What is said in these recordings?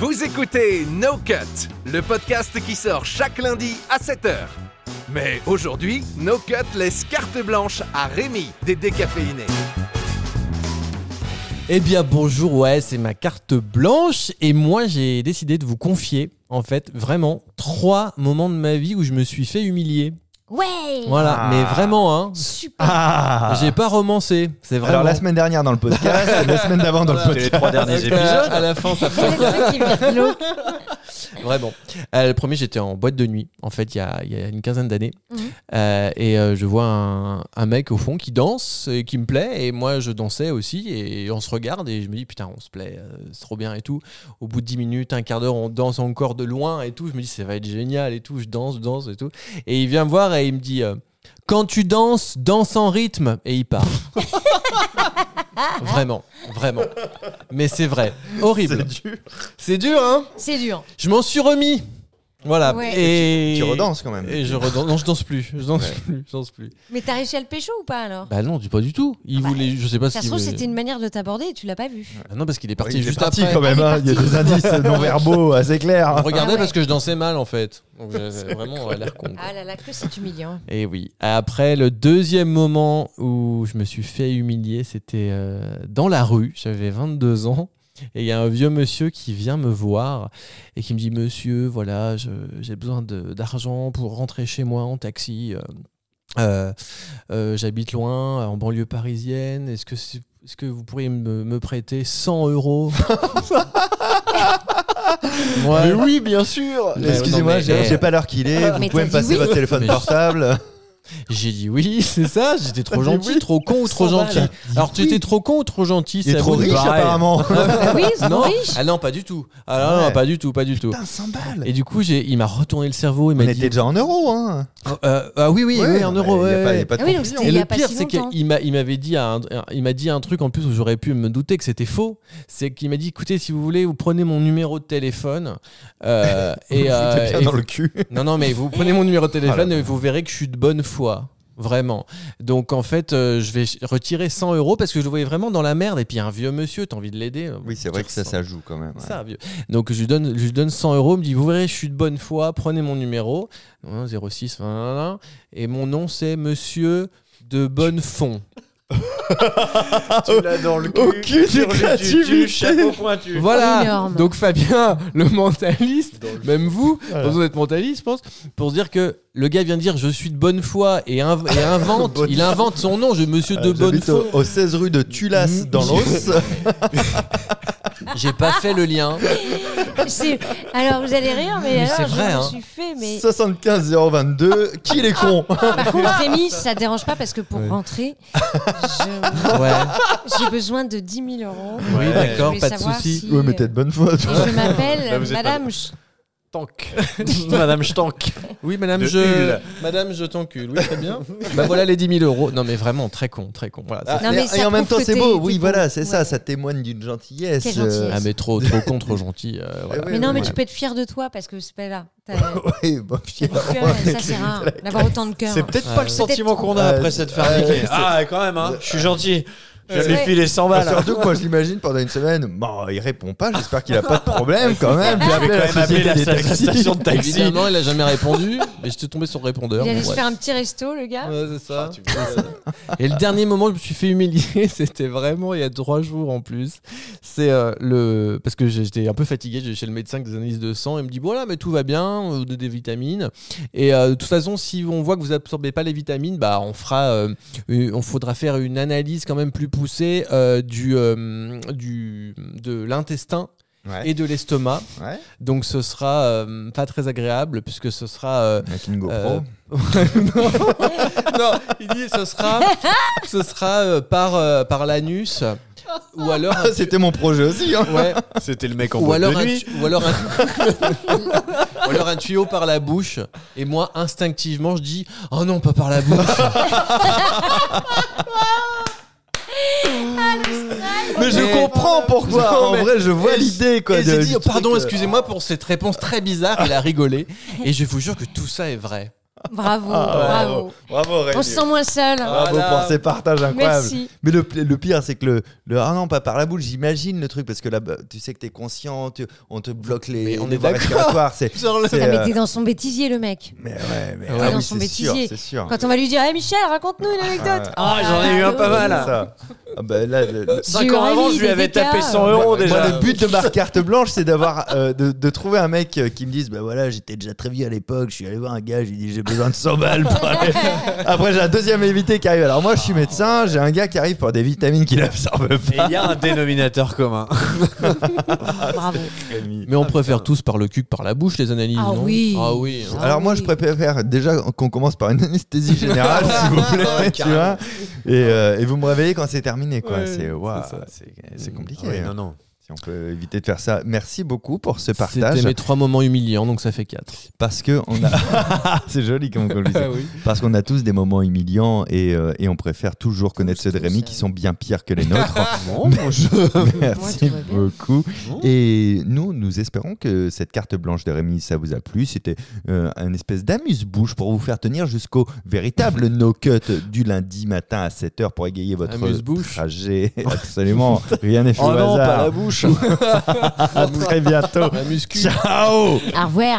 Vous écoutez No Cut, le podcast qui sort chaque lundi à 7h. Mais aujourd'hui, No Cut laisse carte blanche à Rémi des Décaféinés. Eh bien bonjour, ouais, c'est ma carte blanche et moi j'ai décidé de vous confier en fait vraiment 3 moments de ma vie où je me suis fait humilier. Ouais. Voilà, mais vraiment hein. Super. J'ai pas romancé, c'est vraiment. Alors la semaine dernière dans le podcast, la semaine d'avant dans le podcast. Les 3 derniers épisodes. À la fin ça fait vraiment. Le premier, j'étais en boîte de nuit, en fait, il y a une quinzaine d'années. Et je vois un mec au fond qui danse et qui me plaît. Et moi, je dansais aussi. Et on se regarde et je me dis, putain, on se plaît, c'est trop bien et tout. Au bout de 10 minutes, un quart d'heure, on danse encore de loin et tout. Je me dis, ça va être génial et tout. Je danse et tout. Et il vient me voir et il me dit, quand tu danses, danse en rythme. Et il part. Vraiment. Mais c'est vrai. Horrible. C'est dur, hein? C'est dur. Je m'en suis remis. Voilà. Ouais. Et Tu redanses quand même. Et je redanse. Non, je danse plus. Je danse plus. Mais t'as réussi à le pécho ou pas alors? Bah non, pas du tout. Il voulait, je sais pas Ça ce se qu'il trouve, voulait. c'était une manière de t'aborder et tu l'as pas vu. Ah non, parce qu'il est parti Il est juste parti après. quand même. Ah, il est Il y a des indices non-verbaux assez clairs. Regardez Ah ouais. parce que je dansais mal en fait. Donc vraiment l'air con. Ah là là, que c'est humiliant. Et oui. Après, le deuxième moment où je me suis fait humilier, c'était dans la rue. J'avais 22 ans. Et il y a un vieux monsieur qui vient me voir et qui me dit « Monsieur, voilà, j'ai besoin d'argent pour rentrer chez moi en taxi. J'habite loin, en banlieue parisienne. Est-ce que vous pourriez me prêter 100 €? » Ouais. Mais oui, bien sûr. Mais Excusez-moi, non, mais- j'ai pas l'heure qu'il est. Vous Mais pouvez t'as me passer dit oui. votre téléphone Mais- portable. J'ai dit oui, c'est ça. J'étais trop T'as dit gentil, oui. trop con ou trop 100 gentil. balles. Alors tu étais trop con ou trop gentil? Il est c'est à trop vous de riche pareil. apparemment. Ah oui, c'est Non, riche. ah non, pas du tout. Ah non, Ouais. pas du tout. Putain, 100 balles. Et du coup, il m'a retourné le cerveau. Il On m'a était dit. déjà en euros, hein. Ah oui, en euros. Il y a Ouais. pas de Ah oui, donc confusion. c'était- Et il y a le pas pire, si c'est longtemps. qu'il m'a dit un truc en plus où j'aurais pu me douter que c'était faux. C'est qu'il m'a dit, écoutez, si vous voulez, vous prenez mon numéro de téléphone Vous foutez bien et dans le cul. non, mais vous prenez mon numéro de téléphone Ah là. et vous verrez que je suis de bonne foi. Vraiment. Donc en fait, je vais retirer 100 € parce que je le voyais vraiment dans la merde. Et puis un vieux monsieur, t'as envie de l'aider. Oui, c'est vrai que ça joue quand même. Ouais. Ça, vieux. Donc je lui donne 100 €. Il me dit, vous verrez, je suis de bonne foi. Prenez mon numéro 06 et mon nom c'est Monsieur de Bonnefond. Tu l'as dans le cul. Aucune sur le créativité. tutu, chapeau pointu. Voilà. Énorme. Donc Fabien, le mentaliste, même vous, pas besoin d'être mentaliste, je pense, pour se dire que le gars vient de dire je suis de bonne foi et invente, Bonne il invente son nom, Monsieur de J'habite Bonnefond. au 16 rue de Tulas dans l'Os. J'ai pas fait le lien. Alors vous allez rire, mais alors c'est vrai, je hein. me suis fait. Mais 75 022. Qui les con? par contre, Rémi, ça te dérange pas parce que pour rentrer, Ouais. j'ai besoin de 10 000 €. Oui, Ouais. d'accord, Je voulais pas de savoir souci. si- Ouais, mais t'es de bonne foi. Et je m'appelle Là, vous êtes Madame. Tank. Madame Stank. Oui, madame, De je Hull. t'encule. Oui, très bien. Bah voilà les 10 000 €. Non, mais vraiment, très con. Voilà, Ah, c'est- Non, mais et ça en même temps, prouve c'est que beau. t'es Oui, bon. voilà, c'est ça. Ouais. Ça témoigne d'une gentillesse. Quelle gentillesse. Ah, mais trop con, trop gentil. Voilà. Mais non, mais ouais. tu peux être fier de toi parce que c'est pas là. Oui, bon, fier. Ça, c'est rare d'avoir autant de cœur. C'est peut-être pas le sentiment qu'on a Ouais, après c'est- cette faire ouais, niquer. c'est- Ah, quand même, hein. Je suis gentil. Je Ouais. lui ai filé 100 balles. Surtout que moi, je l'imagine pendant une semaine. Bon, il répond pas. J'espère qu'il a pas de problème quand même. Puis Je vais après, quand même appeler la taxis. station de taxi. Évidemment, il a jamais répondu, mais j'étais tombé sur le répondeur. Il allait Bon, se bref. faire un petit resto, le gars. Ouais, c'est ça. Ah, Et le dernier moment où je me suis fait humilier, c'était vraiment il y a 3 jours en plus. C'est parce que j'étais un peu fatigué, j'étais chez le médecin avec des analyses de sang. Il me dit voilà, mais tout va bien, vous donnez des vitamines. Et de toute façon, si on voit que vous absorbez pas les vitamines, bah on faudra faire une analyse quand même plus poussée de l'intestin. Ouais. Et de l'estomac, Ouais. donc ce sera pas très agréable puisque ce sera Avec une GoPro. non, il dit ce sera par l'anus ou alors Ah, c'était mon projet aussi. Hein. ouais, C'était le mec en ou boîte alors de nuit. ou alors un tuyau par la bouche et moi instinctivement je dis oh non pas par la bouche. Mais je Mais- comprends pourquoi. Non, En mais- vrai, je vois et l'idée quoi. Et j'ai de- dit du pardon truc, excusez-moi pour cette réponse très bizarre, il a rigolé et je vous jure que tout ça est vrai. Bravo, bravo. Bravo Rémi. On se sent moins seul. Bravo Voilà. pour ces partages incroyables. Merci. Mais le pire, c'est que ah non, pas par la bouche, j'imagine le truc, parce que là, tu sais que t'es conscient, on te bloque les on est voies d'accord. respiratoires. Genre le- c'est, Ça mettait dans son bêtisier, le mec. Mais ouais, mais Ouais, ah dans oui, son c'est sûr, bêtisier. c'est sûr. Quand on va lui dire, hey Michel, raconte-nous une anecdote. Ah, j'en ai eu un pas mal. C'est ça. Ah bah, là, 5 ans avant, je lui avais tapé 100 euros déjà. Moi, le but de ma carte blanche, c'est d'avoir de trouver un mec qui me dise bah voilà, j'étais déjà très vieux à l'époque, je suis allé voir un gars, je lui ai dit j'ai besoin de 100 balles pour aller. Après, j'ai un deuxième invité qui arrive. Alors moi, je suis médecin, j'ai un gars qui arrive pour des vitamines qu'il absorbe Et pas. il y a un dénominateur commun. Bravo. Mais on préfère tous par le cul que par la bouche les analyses. Ah non oui. Ah oui. Ah Alors moi, oui. je préfère déjà qu'on commence par une anesthésie générale, s'il vous plaît, Ouais, tu vois. Et vous me réveillez quand c'est terminé, quoi. Ouais, c'est waouh, c'est ça. c'est compliqué. Oui, hein. non. Si on peut éviter de faire ça. Merci beaucoup pour ce partage. C'était mes 3 moments humiliants, donc ça fait 4. Parce que on a. C'est joli comme on le dit. oui. Parce qu'on a tous des moments humiliants et on préfère toujours connaître ceux de Rémi qui sont bien pires que les nôtres. Bon, Merci Moi, tout va bien. beaucoup. Et nous espérons que cette carte blanche de Rémi, ça vous a plu. C'était un espèce d'amuse-bouche pour vous faire tenir jusqu'au véritable no-cut du lundi matin à 7h pour égayer votre Amuse-bouche. trajet. Absolument. Rien n'est fait oh au non, pas hasard. la bouche. À très bientôt. La muscu. Ciao. Au revoir.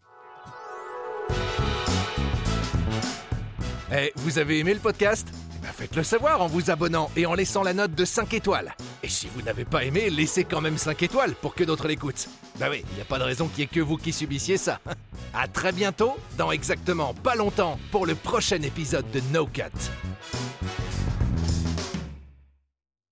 Eh, vous avez aimé le podcast ? Eh ben, faites-le savoir en vous abonnant et en laissant la note de 5 étoiles. Et si vous n'avez pas aimé, laissez quand même 5 étoiles pour que d'autres l'écoutent. Bah oui, il n'y a pas de raison qu'il n'y ait que vous qui subissiez ça. À très bientôt, dans exactement pas longtemps, pour le prochain épisode de No Cut.